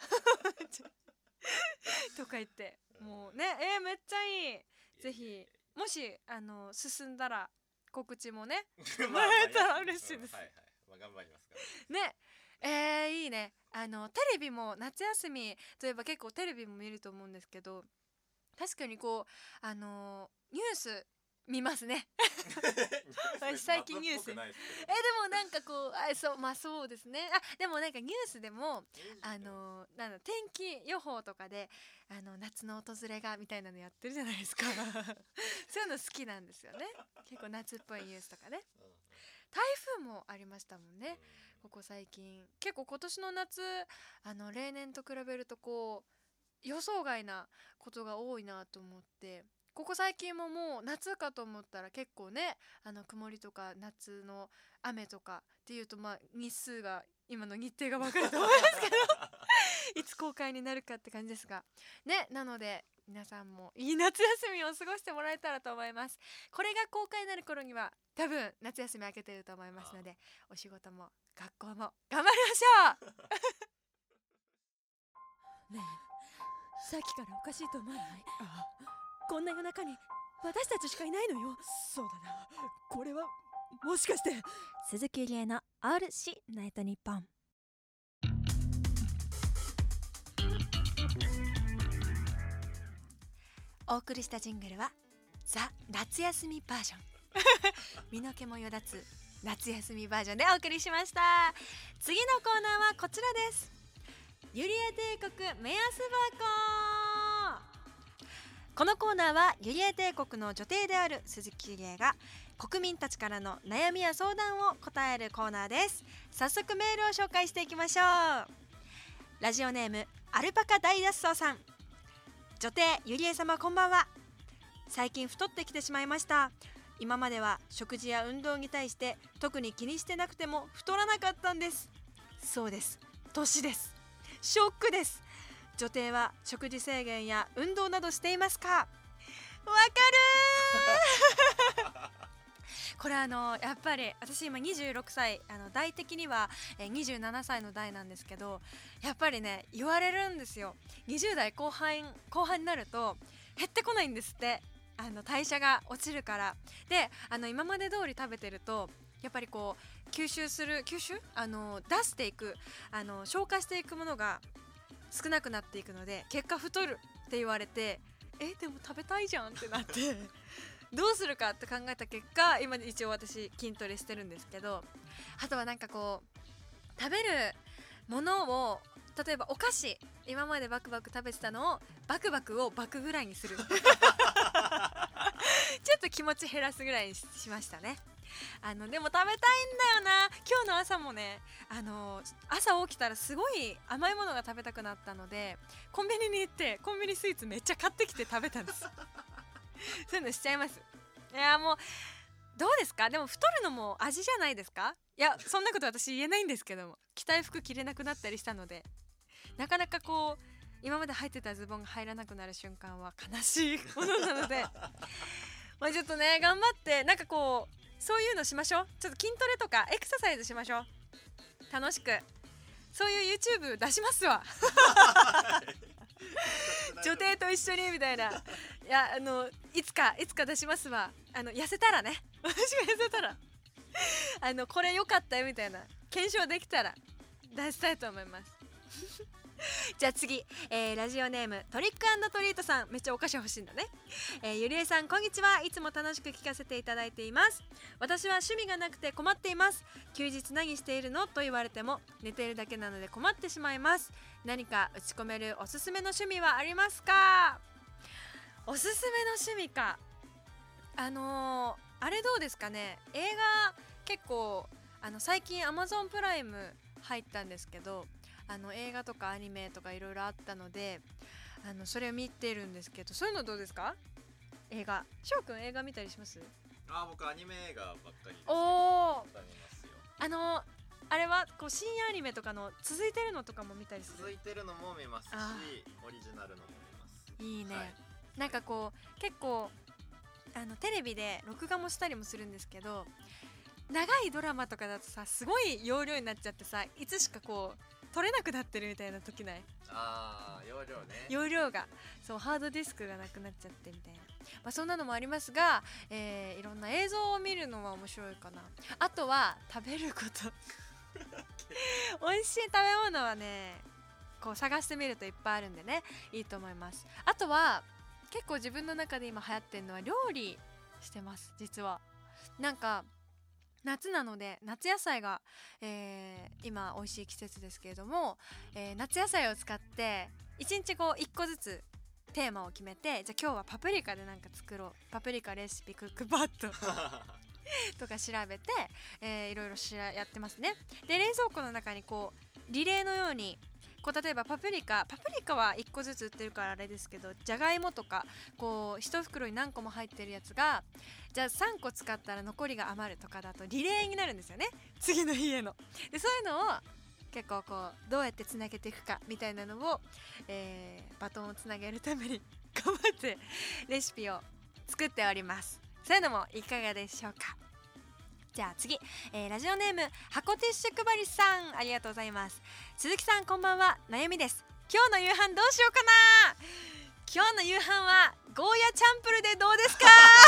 とか言ってもうねえー、めっちゃいいぜひもしあの進んだら告知もねもらえたら嬉しいです、 はいはいまあ、頑張りますからねえー、いいねあのテレビも夏休みといえば結構テレビも見ると思うんですけど確かにこうあのニュース見ますね私最近ニュースえでもなんかこうあそうまあそうですねあでもなんかニュースでもあのなんだ天気予報とかであの夏の訪れがみたいなのやってるじゃないですかそういうの好きなんですよね結構夏っぽいニュースとかね台風もありましたもんねここ最近結構今年の夏あの例年と比べるとこう予想外なことが多いなと思ってここ最近ももう夏かと思ったら結構ねあの曇りとか夏の雨とかっていうとまあ日数が今の日程が分かると思いますけどいつ公開になるかって感じですがねなので皆さんもいい夏休みを過ごしてもらえたらと思います。これが公開になる頃には多分夏休み明けてると思いますのでお仕事も学校も頑張りましょうねえさっきからおかしいと思わない？ああこんな夜中に私たちしかいないのよ。そうだなこれはもしかして鈴木理恵のオールシナイトニッポンお送りしたジングルはザ・夏休みバージョン身の毛もよだつ夏休みバージョンでお送りしました。次のコーナーはこちらです。ユリエ帝国目安箱。このコーナーはユリエ帝国の女帝である鈴木ゆりえが国民たちからの悩みや相談を答えるコーナーです。早速メールを紹介していきましょう。ラジオネームアルパカ大脱走さん。女帝ゆりえ様こんばんは。最近太ってきてしまいました。今までは食事や運動に対して特に気にしてなくても太らなかったんです。そうです、年です。ショックです。女帝は食事制限や運動などしていますか？わかるこれあのやっぱり私今にじゅうろくさいあの代的にはえにじゅうななさいの代なんですけどやっぱりね言われるんですよ。にじゅう代後半後半になると減ってこないんですって。あの代謝が落ちるからであの今まで通り食べてるとやっぱりこう吸収する吸収あの出していくあの消化していくものが少なくなっていくので結果太るって言われてえでも食べたいじゃんってなってどうするかって考えた結果今一応私筋トレしてるんですけどあとはなんかこう食べるものを例えばお菓子今までバクバク食べてたのをバクバクをバクぐらいにするちょっと気持ち減らすぐらいにしましたね。あのでも食べたいんだよな。今日の朝もねあの朝起きたらすごい甘いものが食べたくなったのでコンビニに行ってコンビニスイーツめっちゃ買ってきて食べたんですそういうのしちゃいます。いやもうどうですか？でも太るのも味じゃないですか？いやそんなこと私言えないんですけども着たい服着れなくなったりしたのでなかなかこう今まで入ってたズボンが入らなくなる瞬間は悲しいものなのでまあちょっとね頑張ってなんかこうそういうのしましょう。ちょっと筋トレとかエクササイズしましょう。楽しくそういう YouTube 出しますわ女帝と一緒にみたいな。いや、あのいつかいつか出しますわ。あの痩せたらね私が痩せたらあのこれ良かったよみたいな検証できたら出したいと思いますじゃあ次、えー、ラジオネームトリック&トリートさん、めっちゃお菓子欲しいんだね。えー、ゆりえさんこんにちは。いつも楽しく聞かせていただいています。私は趣味がなくて困っています。休日何しているのと言われても寝ているだけなので困ってしまいます。何か打ち込めるおすすめの趣味はありますか？おすすめの趣味か。あのー、あれどうですかね。映画結構あの最近 Amazon プライム入ったんですけど、あの映画とかアニメとかいろいろあったので、あのそれを見てるんですけど、そういうのどうですか？映画、しょうくん映画見たりします？ あ、僕アニメ映画ばっかりですけど。おー、 見ますよ。 あのあれはこう深夜アニメとかの続いてるのとかも見たりする？ 続いてるのも見ますし、オリジナルのも見ます。 いいね、 はい、 なんかこう結構あのテレビで録画もしたりもするんですけど、長いドラマとかだとさ、すごい容量になっちゃってさ、いつしかこう撮れなくなってるみたいな時ない？ あー、容量ね。 容量がそう、ハードディスクがなくなっちゃってみたいな、まあ、そんなのもありますが、えー、いろんな映像を見るのは面白いかな。あとは食べること美味しい食べ物はね、こう探してみるといっぱいあるんでね、いいと思います。あとは結構自分の中で今流行ってるのは料理してます。実はなんか夏なので夏野菜が、えー、今美味しい季節ですけれども、えー、夏野菜を使っていちにちこういっこずつテーマを決めて、じゃあ今日はパプリカでなんか作ろう、パプリカレシピクックパッドとか調べて、えー、いろいろしらやってますね。で冷蔵庫の中にこうリレーのようにこう例えばパプリカパプリカはいっこずつ売ってるからあれですけど、じゃがいもとかこういち袋に何個も入ってるやつが、じゃあさんこ使ったら残りが余るとかだとリレーになるんですよね、次の日への。でそういうのを結構こうどうやってつなげていくかみたいなのを、えー、バトンをつなげるために頑張ってレシピを作っております。そういうのもいかがでしょうか。じゃあ次、えー、ラジオネーム箱ティッシュ配りさん、ありがとうございます。鈴木さんこんばんは。悩みです。今日の夕飯どうしようかな。今日の夕飯はゴーヤチャンプルでどうですか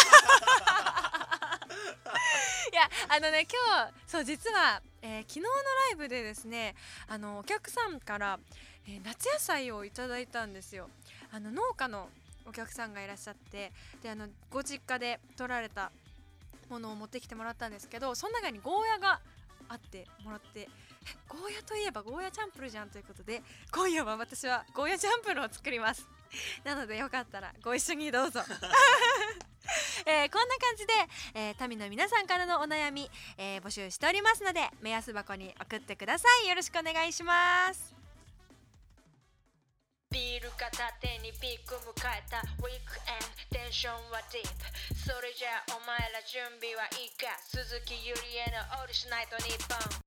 いやあのね、今日そう実は、えー、昨日のライブでですね、あのお客さんから、えー、夏野菜をいただいたんですよ。あの農家のお客さんがいらっしゃって、であのご実家で取られたものを持ってきてもらったんですけど、その中にゴーヤがあってもらって、ゴーヤといえばゴーヤチャンプルじゃんということで、今夜は私はゴーヤチャンプルを作りますなのでよかったらご一緒にどうぞえー、こんな感じで、えー、民の皆さんからのお悩み、えー、募集しておりますので、目安箱に送ってください。よろしくお願いします。ビール片手にピーク迎えたウィークエンド、テンションはディープ。それじゃあお前ら準備はいいか。鈴木ゆりえのオールしないと日本。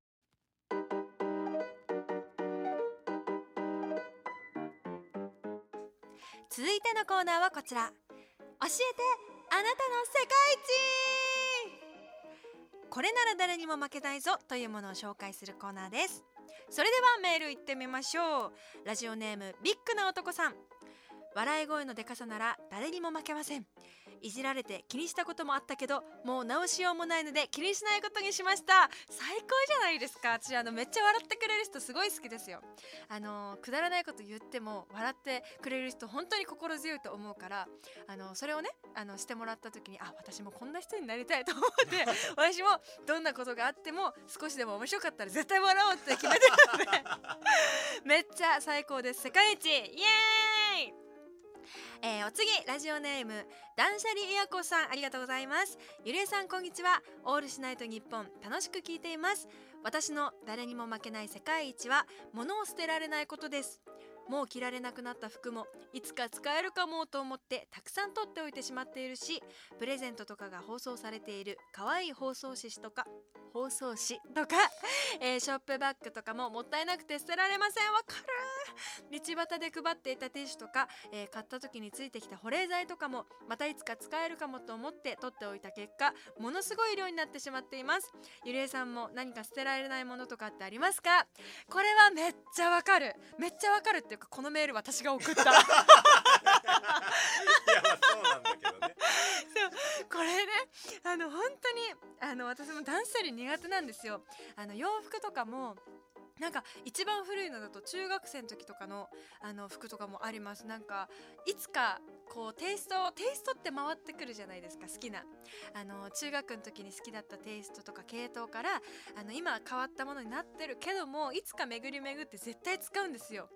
続いてのコーナーはこちら、教えてあなたの世界一。これなら誰にも負けないぞというものを紹介するコーナーです。それではメールいってみましょう。ラジオネームビッグな男さん。笑い声のでかさなら誰にも負けません。いじられて気にしたこともあったけど、もう直しようもないので気にしないことにしました。最高じゃないですか。私あのめっちゃ笑ってくれる人すごい好きですよ。あのくだらないこと言っても笑ってくれる人本当に心強いと思うから、あのそれをねあのしてもらった時に、あ、私もこんな人になりたいと思って私もどんなことがあっても少しでも面白かったら絶対笑おうって決めてるのでめっちゃ最高です。世界一イエーイ。えー、お次、ラジオネーム断捨離いやこさん、ありがとうございます。ゆりえさんこんにちは。オールしないと日本、楽しく聞いています。私の誰にも負けない世界一は物を捨てられないことです。もう着られなくなった服もいつか使えるかもと思ってたくさん取っておいてしまっているし、プレゼントとかが包装されている可愛い包装紙とか包装紙とか、えー、ショップバッグとかももったいなくて捨てられません。わかる。 道端で配っていたティッシュとか、えー買った時についてきた保冷剤とかもまたいつか使えるかもと思って取っておいた結果、ものすごい量になってしまっています。ゆりえさんも何か捨てられないものとかってありますか？これはめっちゃわかるめっちゃわかるっていうか、このメール私が送ったいやまあそうなんだけどねそうこれね、あの本当にあの私も断捨離苦手なんですよ。あの洋服とかもなんか一番古いのだと中学生の時とかのあの服とかもあります。なんかいつかこうテイストテイストって回ってくるじゃないですか。好きなあの中学の時に好きだったテイストとか系統からあの今は変わったものになってるけども、いつか巡り巡って絶対使うんですよ。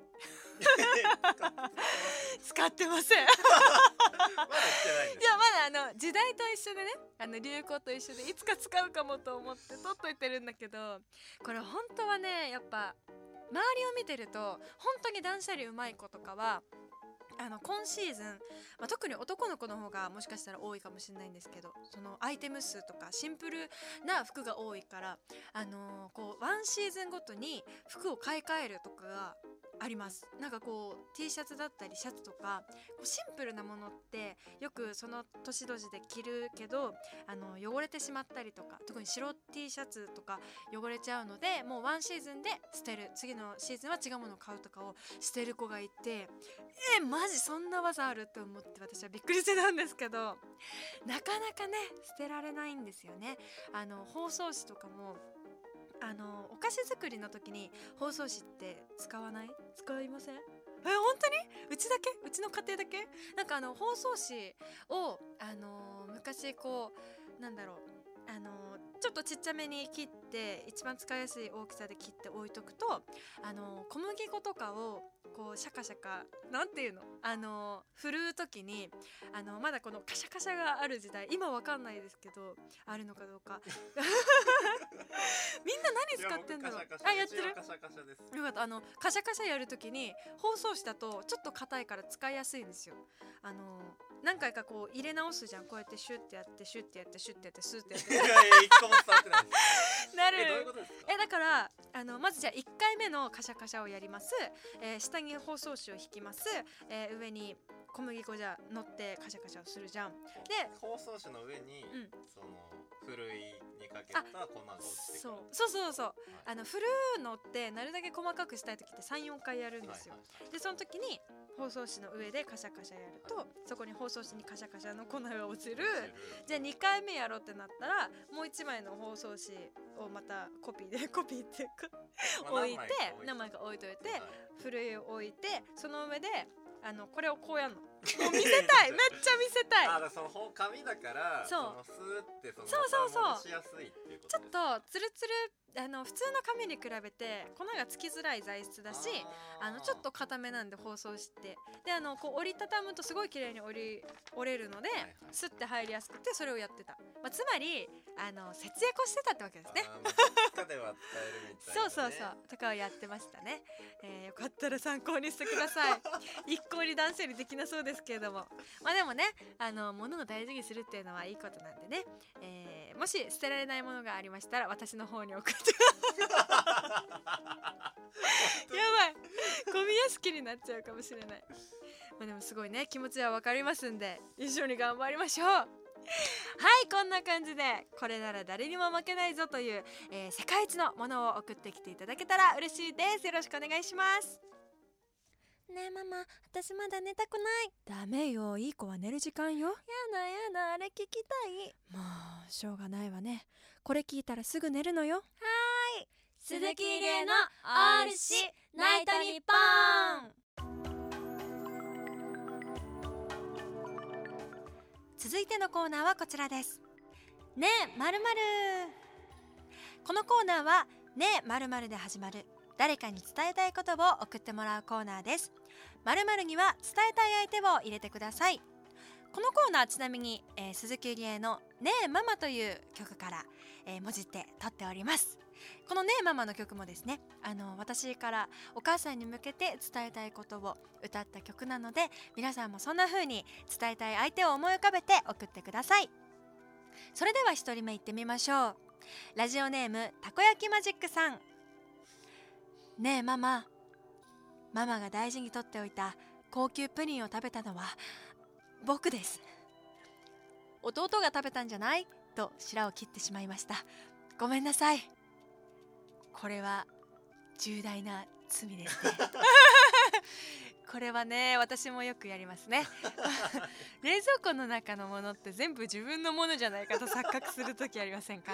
使ってません。 まだしてないんですいやまだあの時代と一緒でね、あの流行と一緒でいつか使うかもと思って取っといてるんだけど、これ本当はねやっぱ周りを見てると本当に断捨離うまい子とかはあの今シーズン、まあ、特に男の子の方がもしかしたら多いかもしれないんですけど、そのアイテム数とかシンプルな服が多いから、あのー、こうワンシーズンごとに服を買い替えるとかがあります。なんかこう T シャツだったりシャツとかこうシンプルなものってよくその年々で着るけどあの汚れてしまったりとか、特に白 T シャツとか汚れちゃうので、もうワンシーズンで捨てる、次のシーズンは違うものを買うとかを捨てる子がいて、えマジそんな技あるって思って私はびっくりしてたんですけど、なかなかね捨てられないんですよね。あの包装紙とかもあのお菓子作りの時に包装紙って使わない？使いません？え本当に？うちだけ？うちの家庭だけ？なんかあの包装紙をあの昔こうなんだろうあのちょっとちっちゃめに切って一番使いやすい大きさで切って置いとくと、あの小麦粉とかをこうシャカシャカなんていうのあの振るう時にあのまだこのカシャカシャがある時代、今わかんないですけどあるのかどうかみんな何使ってんだろう。あやってる？ カシャカシャです。 よかった。あのカシャカシャやる時に包装紙だとちょっと硬いから使いやすいんですよ。あの何回かこう入れ直すじゃん。こうやってシュッてやってシュッてやってシュッてやってスーってやっていやいや一個も伝わってないですなる。 えどういうことですか？ えだからあのまずじゃあいっかいめのカシャカシャをやります、えー、下に包装紙を引きます、えー、上に小麦粉じゃ乗ってカシャカシャをするじゃん。で包装紙の上に、うん、そのふるいにかけた粉が落ちてくる。 そうそうそうそう、はい、あのふるうのってなるだけ細かくしたい時って さん,よん 回やるんですよ、はいはいはい、でその時に包装紙の上でカシャカシャやると、はい、そこに包装紙にカシャカシャの粉が落ちる。じゃあにかいめやろうってなったらもういちまいの包装紙をまたコピーでコピーっていうか置いて何枚か置いといて、はい、ふるいを置いてその上であのこれをこうやんのもう見せたいめっちゃ見せたいあだその紙だからそうそのスーってそのそうそうそう戻しやすいっていうことちょっとツルツルあの普通の紙に比べて粉がつきづらい材質だしあのちょっと固めなんで包装してであのこう折りたたむとすごい綺麗に折り折れるので、はいはい、スッて入りやすくてそれをやってた、まあ、つまりあの節約をしてたってわけですね。 まあ、では使えるみたいな、ね、 そうそうそうとかをやってましたね、えー、よかったら参考にしてください一向に断捨離できなそうですけれどもまあでもねあの物を大事にするっていうのはいいことなんでね、えー、もし捨てられないものがありましたら私の方に送ってやばいゴミ屋敷になっちゃうかもしれない、まあ、でもすごいね気持ちはわかりますんで一緒に頑張りましょう。はいこんな感じでこれなら誰にも負けないぞという、えー、世界一のものを送ってきていただけたら嬉しいです。よろしくお願いします。ねえママ私まだ寝たくない。ダメよいい子は寝る時間よ。やだやだあれ聞きたい。もうしょうがないわね。これ聞いたらすぐ寝るのよ。はーい鈴木理恵のオールシナイトニッポン。続いてのコーナーはこちらです。ねえまるまる。このコーナーはねえまるまるで始まる誰かに伝えたいことを送ってもらうコーナーです。〇〇には伝えたい相手を入れてください。このコーナーちなみに、えー、鈴木理恵のねえママという曲から、えー、文字って取っております。このねえママの曲もですねあの私からお母さんに向けて伝えたいことを歌った曲なので皆さんもそんな風に伝えたい相手を思い浮かべて送ってください。それでは一人目いってみましょう。ラジオネームたこ焼きマジックさん。ねえママママが大事にとっておいた高級プリンを食べたのは僕です。弟が食べたんじゃないと白を切ってしまいました。ごめんなさい。これは重大な罪ですねこれはね、私もよくやりますね冷蔵庫の中のものって全部自分のものじゃないかと錯覚するときありませんかい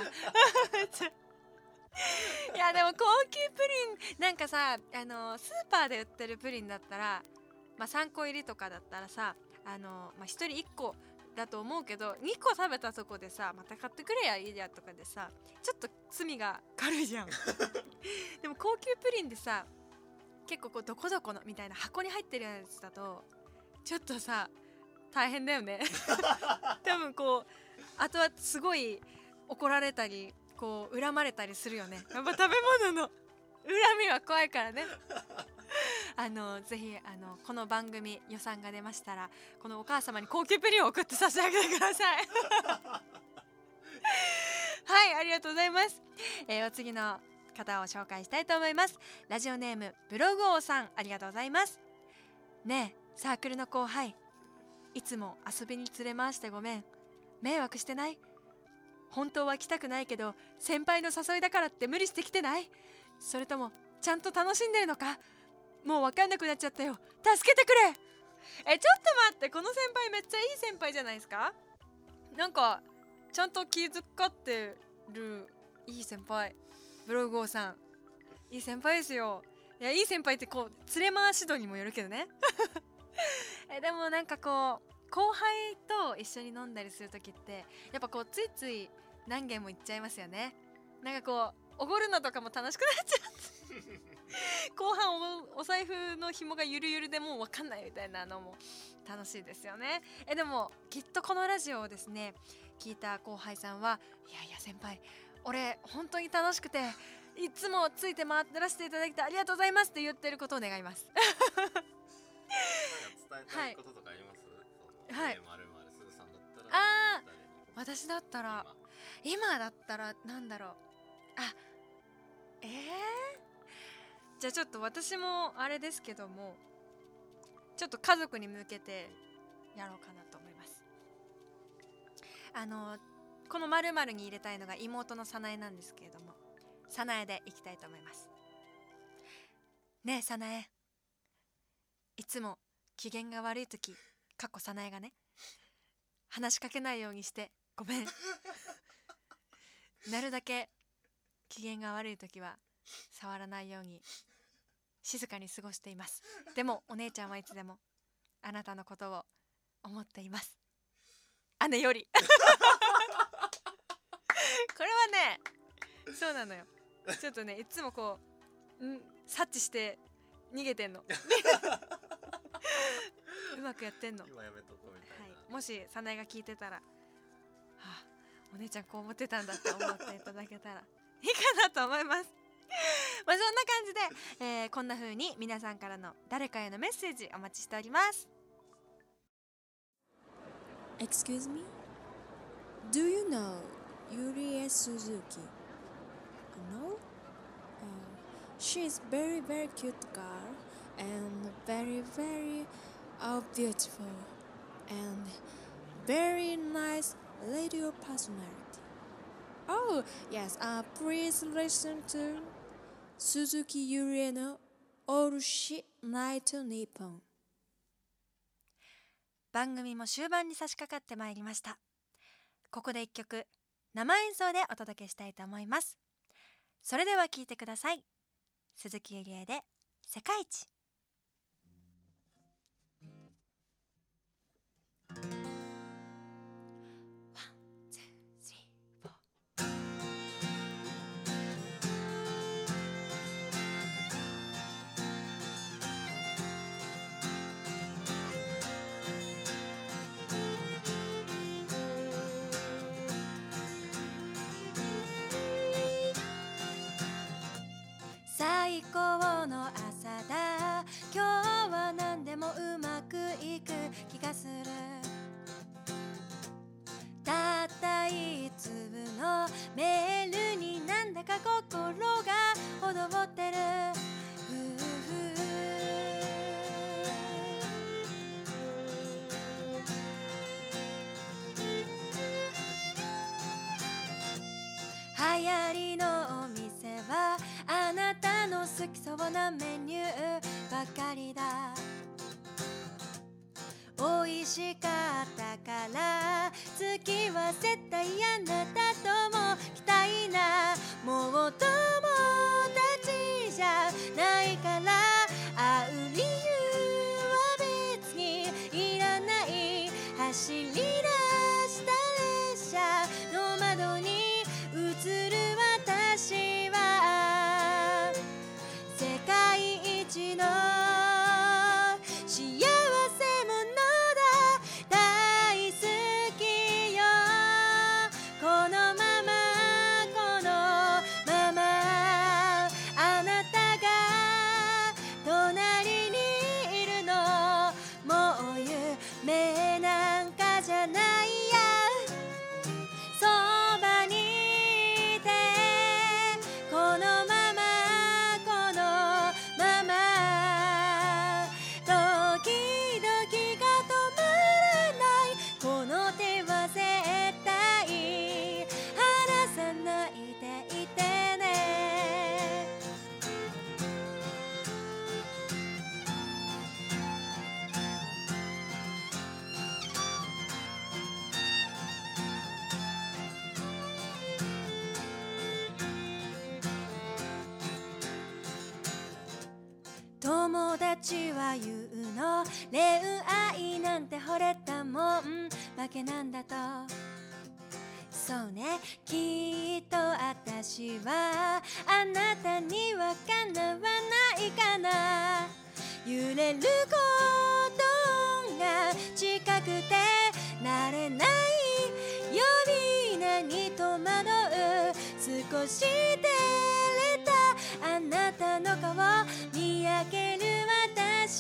やでも高級プリンなんかさ、あのスーパーで売ってるプリンだったら、まあ、さんこ入りとかだったらさ、あの、まあ、ひとりいっこだと思うけど、にこ食べたとこでさ、また買ってくれやいいやとかでさ、ちょっと罪が軽いじゃんでも高級プリンでさ、結構こうどこどこのみたいな箱に入ってるやつだとちょっとさ大変だよね多分こうあとはすごい怒られたりこう恨まれたりするよね。やっぱ食べ物の恨みは怖いからねあのぜひあのこの番組予算が出ましたら、このお母様に高級プリンを送って差し上げてくださいはい、ありがとうございます、えー、お次の方を紹介したいと思います。ラジオネームブログ王さん、ありがとうございます。ねえサークルの後輩、いつも遊びに連れ回してごめん。迷惑してない？本当は来たくないけど先輩の誘いだからって無理して来てない？それともちゃんと楽しんでるのか？もう分かんなくなっちゃったよ、助けてくれ。え、ちょっと待って、この先輩めっちゃいい先輩じゃないですか。なんかちゃんと気遣ってるいい先輩。ブログ王さんいい先輩ですよ。いや、いい先輩ってこう連れ回し度にもよるけどねえでもなんかこう後輩と一緒に飲んだりするときってやっぱこうついつい何軒も行っちゃいますよね。なんかこうおごるのとかも楽しくなっちゃって後半 お, お財布の紐がゆるゆるでもう分かんないみたいなのも楽しいですよね。えでもきっとこのラジオをですね聞いた後輩さんは、いやいや先輩俺本当に楽しくていつもついて回ってらせていただいてありがとうございますって言ってることを願います伝えたいこととかあります？ はい、 まるまるすずさんだったら、 あー私だったら今, 今だったらなんだろう、あえー、じゃあちょっと私もあれですけどもちょっと家族に向けてやろうかなと思います。あのこの〇〇に入れたいのが妹のさなえなんですけれども、さなえでいきたいと思います。ねえさなえ、いつも機嫌が悪いとき、かっこさなえがね話しかけないようにしてごめんなるだけ機嫌が悪いときは触らないように静かに過ごしています。でもお姉ちゃんはいつでもあなたのことを思っています、姉よりこれはねそうなのよ。ちょっとねいつもこうん察知して逃げてんのうまくやってんの。 今やめとこうみたいな、 はい、もしさなえが聞いてたら、はあ、お姉ちゃんこう思ってたんだって思っていただけたらいいかなと思いますまあそんな感じで、えー、こんな風に皆さんからの誰かへのメッセージお待ちしております。 Excuse me? Do you know Yurie Suzuki? No? Uh, she is very very cute girl and very very uh, beautiful and very nice radio personality. Oh yes, uh, please listen to Suzuki Yurie no All She Night Nippon。 番組も終盤に差し掛かってまいりました。ここで一曲生演奏でお届けしたいと思います。それでは聴いてください。鈴木ゆりえで世界一。最高の朝だ、今日は何でもうまくいく気がする。たった一粒のメールになんだか心が踊ってる。ふうふう行りのお店はあなたの好きそうなメニューばかりだ。美味しかったから次は絶対あなたとも来たいな。もう友達じゃないから会う理由は別にいらない。走り出した列車の窓に映る私は世界一の幸せ者だ。大好きよ。このままこのままあなたが隣にいるのもう夢なんかじゃないや。そばにいてこのままこのままドキドキが止まらない。この手は絶対離さないでいてね。友達は言うの、恋愛なんて惚れたもん負けなんだと。そうね、きっと私はあなたにはかなわないかな。揺れることが近くて慣れない呼び名に戸惑う。少し照れたあなたの顔見上げる私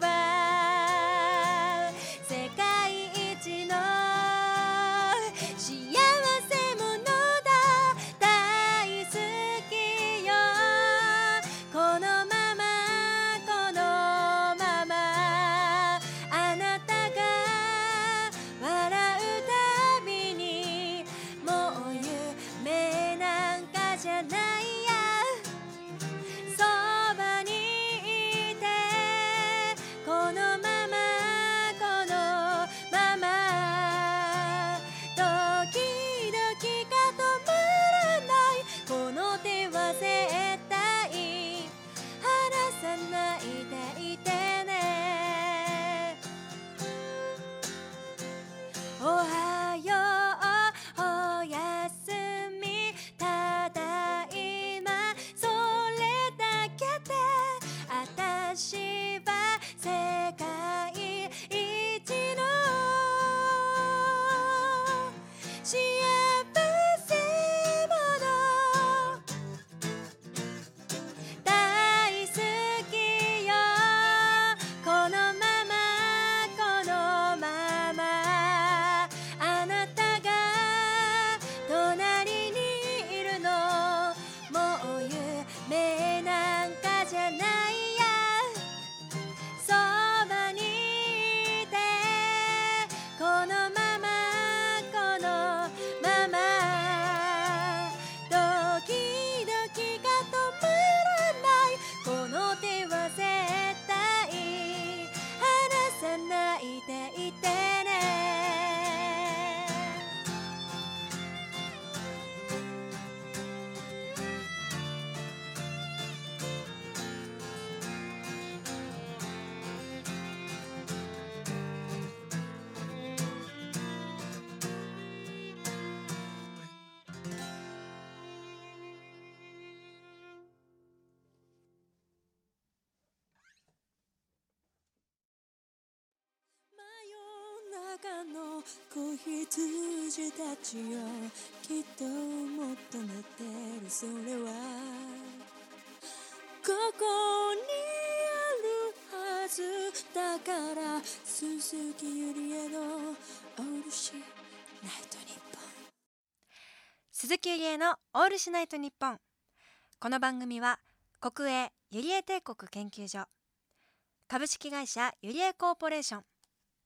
は世界一の幸せ者だ。大好きよ。このままこのままあなたが笑うたびにもう夢なんかじゃないや。そばにいてこのままこのままドキドキが止まらない。この手は絶対離さないでいてね。おはようおやすみただいまそれだけで私は世界一の幸せ者。大好きよ。このままこのままあなたが隣にいるのもう夢なんかじゃないや。そばにいてこのままこのままドキドキが止まらない。この手は絶対離さないでいてね。真夜中の子羊たちよきっと求めてる。それはここにあるはずだから。鈴木ゆりえのオールシナイトニッポン。鈴木ゆりえのオールシナイトニッポン。この番組は国営ゆりえ帝国研究所、株式会社ゆりえコーポレーション、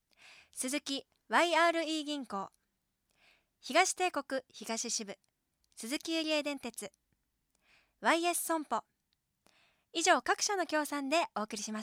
鈴木 ワイアールイー 銀行、東帝国東支部鈴木ゆりえ電鉄、 ワイエス 損保、以上各社の協賛でお送りしました。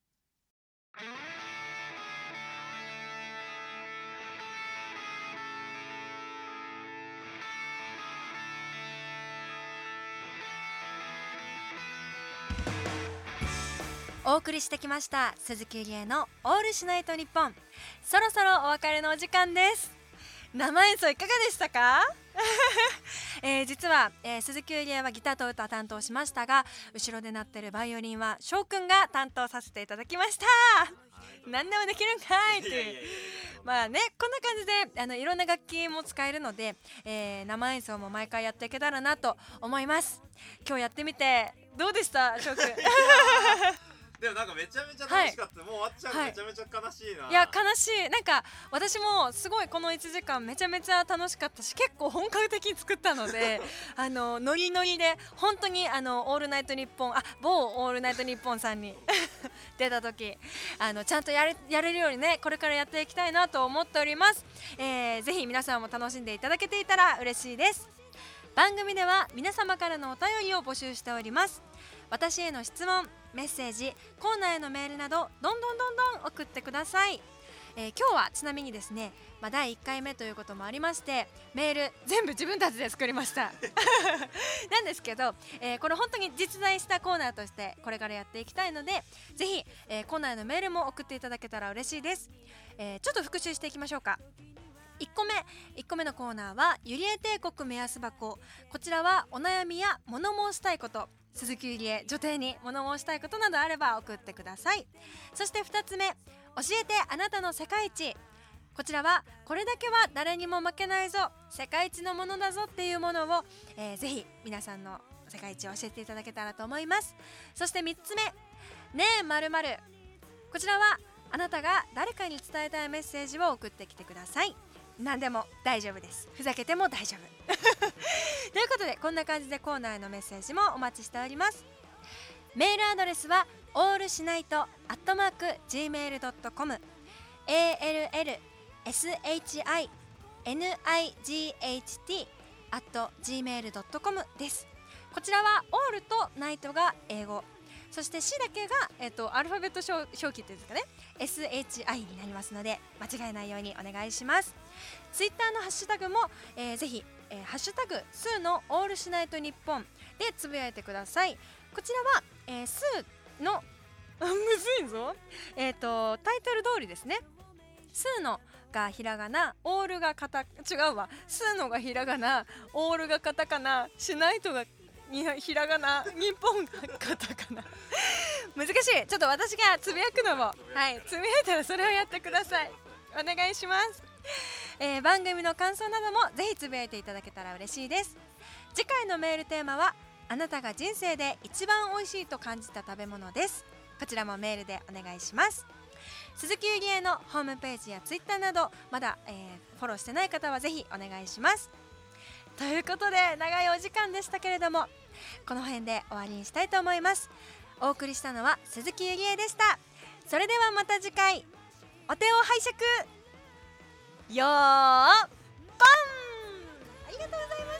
お送りしてきました鈴木ゆりえのオールシナイトニッポン、そろそろお別れのお時間です。生演奏いかがでしたか？えー、実は、えー、鈴木ゆりえはギターと歌担当しましたが、後ろで鳴ってるバイオリンは翔くんが担当させていただきました。何でもできるんかいっていうまあね、こんな感じであのいろんな楽器も使えるので、えー、生演奏も毎回やっていけたらなと思います。今日やってみてどうでした翔くん？ でもなんかめちゃめちゃ楽しかった、はい、もう終わっちゃうのめちゃめちゃ悲しいな、はい、 いや悲しい。なんか私もすごいこのいちじかんめちゃめちゃ楽しかったし、結構本格的に作ったのであのノリノリで本当にあのオールナイトニッポン、あ某オールナイトニッポンさんに出た時あのちゃんとやれ、やれるようにね、これからやっていきたいなと思っております。えー、ぜひ皆さんも楽しんでいただけていたら嬉しいです。番組では皆様からのお便りを募集しております。私への質問、メッセージ、コーナーへのメールなどどんどんどんどん送ってください。えー、今日はちなみにですね、まあ、だいいっかいめということもありまして、メール全部自分たちで作りましたなんですけど、えー、これ本当に実在したコーナーとしてこれからやっていきたいので、ぜひ、えー、コーナーへのメールも送っていただけたら嬉しいです。えー、ちょっと復習していきましょうか。いっこめいっこめのコーナーはゆりえ帝国目安箱。こちらはお悩みや物申したいこと、鈴木ゆりえ女帝に物申したいことなどあれば送ってください。そしてふたつめ、教えてあなたの世界一。こちらはこれだけは誰にも負けないぞ、世界一のものだぞっていうものを、えー、ぜひ皆さんの世界一を教えていただけたらと思います。そしてみっつめ、ねえ〇〇。こちらはあなたが誰かに伝えたいメッセージを送ってきてください。何でも大丈夫です。ふざけても大丈夫ということで、こんな感じでコーナーへのメッセージもお待ちしております。メールアドレスはオールシナイトアットマーク ジーメールドットコム、 エーエルエルエスエイチアイエヌアイジーエイチティー アット ジーメールドットコム です。こちらはオールとナイトが英語、そして C だけが、えー、とアルファベット表記っていうんですかね、 エスエイチアイ になりますので間違えないようにお願いします。ツイッターのハッシュタグも、えー、ぜひ、えー、ハッシュタグスーのオールシナイトニッポンでつぶやいてください。こちらは、えー、スーのむずいぞ、えー、とタイトル通りですね。スーのがひらがな、オールがカタ、違うわ、スーのがひらがな、オールがカタカナ、シナイトがひらがな、日本がカタカナ難しい。ちょっと私がつぶやくのも、はい、つぶやいたらそれをやってください。お願いします。えー、番組の感想などもぜひつぶやいていただけたら嬉しいです。次回のメールテーマはあなたが人生で一番美味しいと感じた食べ物です。こちらもメールでお願いします。鈴木ゆりえのホームページやツイッターなどまだ、えー、フォローしてない方はぜひお願いします。ということで長いお時間でしたけれども、この辺で終わりにしたいと思います。お送りしたのは鈴木ゆりえでした。それではまた次回、お手を拝借よーぽん。ありがとうございます。